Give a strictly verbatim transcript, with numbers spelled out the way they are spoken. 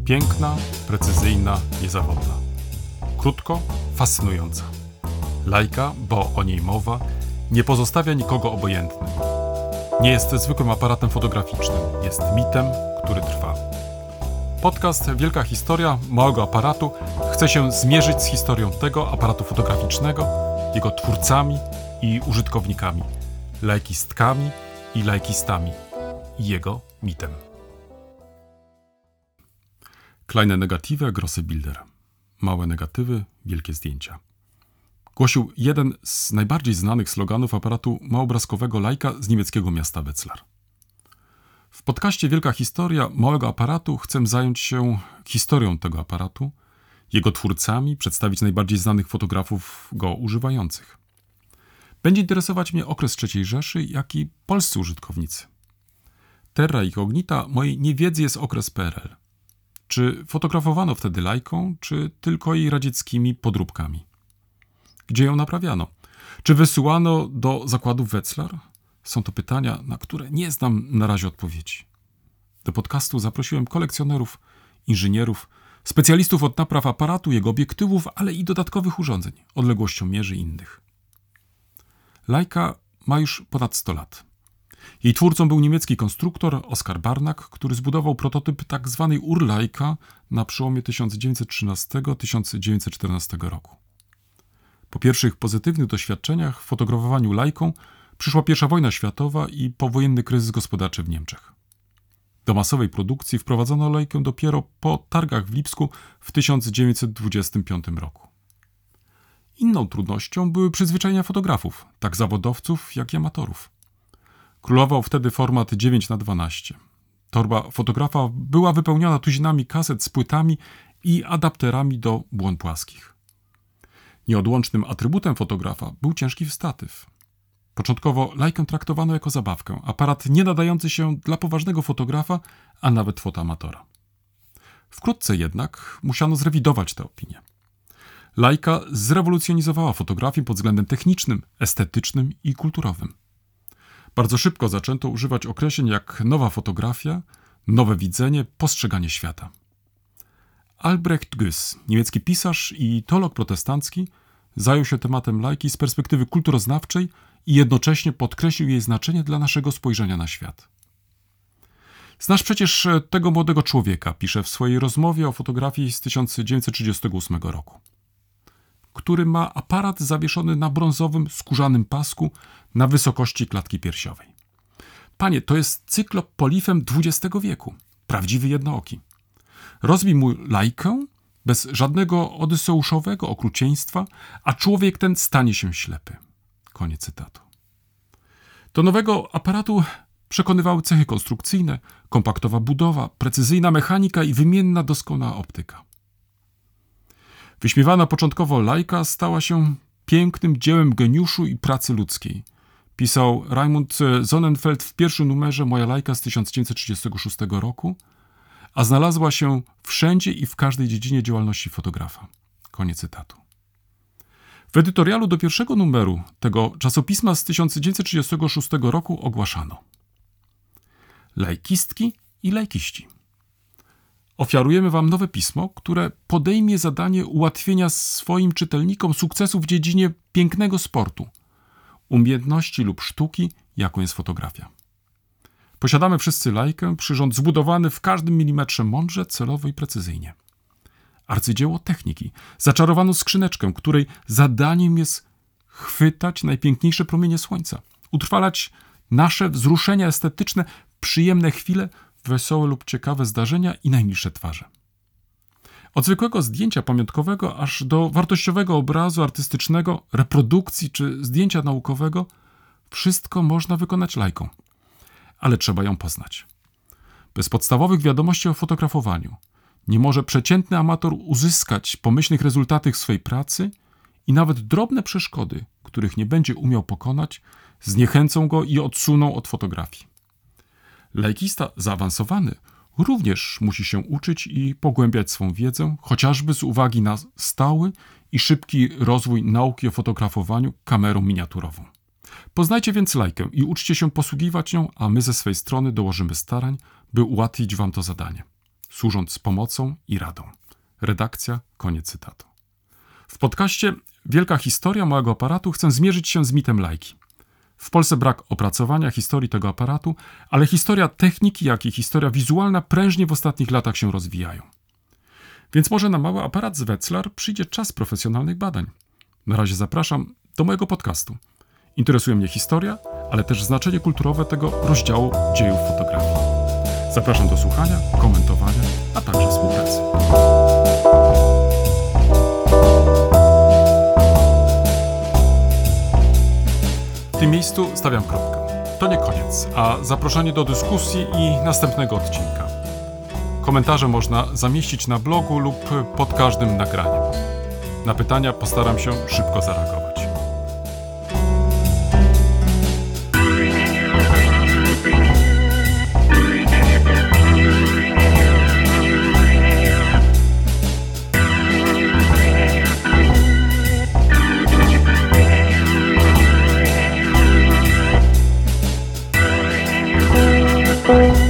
Piękna, precyzyjna, niezawodna. Krótko, fascynująca. Leica, bo o niej mowa, nie pozostawia nikogo obojętnym. Nie jest zwykłym aparatem fotograficznym, jest mitem, który trwa. Podcast Wielka Historia Małego Aparatu chce się zmierzyć z historią tego aparatu fotograficznego, jego twórcami i użytkownikami, laikistkami i laikistami i jego mitem. Kleine Negative, große Bilder. Małe negatywy, wielkie zdjęcia. Głosił jeden z najbardziej znanych sloganów aparatu małobrazkowego Leica z niemieckiego miasta Wetzlar. W podcaście Wielka Historia Małego Aparatu chcę zająć się historią tego aparatu, jego twórcami, przedstawić najbardziej znanych fotografów go używających. Będzie interesować mnie okres trzeciej Rzeszy, jak i polscy użytkownicy. Terra incognita mojej niewiedzy jest okres P R L. Czy fotografowano wtedy Leicą, czy tylko jej radzieckimi podróbkami? Gdzie ją naprawiano? Czy wysyłano do zakładów Wetzlar? Są to pytania, na które nie znam na razie odpowiedzi. Do podcastu zaprosiłem kolekcjonerów, inżynierów, specjalistów od napraw aparatu, jego obiektywów, ale i dodatkowych urządzeń, odległościomierzy i innych. Leica ma już ponad sto lat. Jej twórcą był niemiecki konstruktor Oskar Barnack, który zbudował prototyp tzw. Ur-Leica na przełomie tysiąc dziewięćset trzynastego do tysiąc dziewięćset czternastego roku. Po pierwszych pozytywnych doświadczeniach w fotografowaniu Leicą przyszła pierwsza wojna światowa i powojenny kryzys gospodarczy w Niemczech. Do masowej produkcji wprowadzono Leicę dopiero po targach w Lipsku w tysiąc dziewięćset dwudziestym piątym roku. Inną trudnością były przyzwyczajenia fotografów, tak zawodowców, jak i amatorów. Królował wtedy format dziewięć na dwanaście. Torba fotografa była wypełniona tuzinami kaset z płytami i adapterami do błon płaskich. Nieodłącznym atrybutem fotografa był ciężki statyw. Początkowo Leicę traktowano jako zabawkę, aparat nie nadający się dla poważnego fotografa, a nawet fotoamatora. Wkrótce jednak musiano zrewidować tę opinię. Leica zrewolucjonizowała fotografię pod względem technicznym, estetycznym i kulturowym. Bardzo szybko zaczęto używać określeń jak nowa fotografia, nowe widzenie, postrzeganie świata. Albrecht Goes, niemiecki pisarz i teolog protestancki, zajął się tematem Leicy z perspektywy kulturoznawczej i jednocześnie podkreślił jej znaczenie dla naszego spojrzenia na świat. Znasz przecież tego młodego człowieka, pisze w swojej rozmowie o fotografii z tysiąc dziewięćset trzydziestego ósmego roku, który ma aparat zawieszony na brązowym, skórzanym pasku na wysokości klatki piersiowej. Panie, to jest cyklop polifem dwudziestego wieku, prawdziwy jednooki. Rozbij mu Leicę bez żadnego odyseuszowego okrucieństwa, a człowiek ten stanie się ślepy. Koniec cytatu. Do nowego aparatu przekonywały cechy konstrukcyjne, kompaktowa budowa, precyzyjna mechanika i wymienna, doskonała optyka. Wyśmiewana początkowo Leica stała się pięknym dziełem geniuszu i pracy ludzkiej. Pisał Raimund Sonnenfeld w pierwszym numerze Moja Leica z tysiąc dziewięćset trzydziestego szóstego roku, a znalazła się wszędzie i w każdej dziedzinie działalności fotografa. Koniec cytatu. W edytorialu do pierwszego numeru tego czasopisma z tysiąc dziewięćset trzydziestego szóstego roku ogłaszano: Laikistki i laikiści. Ofiarujemy wam nowe pismo, które podejmie zadanie ułatwienia swoim czytelnikom sukcesu w dziedzinie pięknego sportu, umiejętności lub sztuki, jaką jest fotografia. Posiadamy wszyscy Leicę, przyrząd zbudowany w każdym milimetrze mądrze, celowo i precyzyjnie. Arcydzieło techniki, zaczarowaną skrzyneczkę, której zadaniem jest chwytać najpiękniejsze promienie słońca, utrwalać nasze wzruszenia estetyczne, przyjemne chwile, wesołe lub ciekawe zdarzenia i najmilsze twarze. Od zwykłego zdjęcia pamiątkowego aż do wartościowego obrazu artystycznego, reprodukcji czy zdjęcia naukowego wszystko można wykonać Leicą, ale trzeba ją poznać. Bez podstawowych wiadomości o fotografowaniu nie może przeciętny amator uzyskać pomyślnych rezultatów swej pracy i nawet drobne przeszkody, których nie będzie umiał pokonać, zniechęcą go i odsuną od fotografii. Leicista zaawansowany również musi się uczyć i pogłębiać swą wiedzę, chociażby z uwagi na stały i szybki rozwój nauki o fotografowaniu kamerą miniaturową. Poznajcie więc Leicę i uczcie się posługiwać nią, a my ze swej strony dołożymy starań, by ułatwić wam to zadanie. służąc pomocą i radą. Redakcja, koniec cytatu. W podcaście Wielka historia małego aparatu chcę zmierzyć się z mitem lajki. W Polsce brak opracowania historii tego aparatu, ale historia techniki, jak i historia wizualna prężnie w ostatnich latach się rozwijają. Więc może na mały aparat z Wetzlar przyjdzie czas profesjonalnych badań. Na razie zapraszam do mojego podcastu. Interesuje mnie historia, ale też znaczenie kulturowe tego rozdziału dziejów fotografii. Zapraszam do słuchania, komentowania, a także współpracy. W tym miejscu stawiam kropkę. To nie koniec, a zaproszenie do dyskusji i następnego odcinka. Komentarze można zamieścić na blogu lub pod każdym nagraniem. Na pytania postaram się szybko zareagować. Thank you.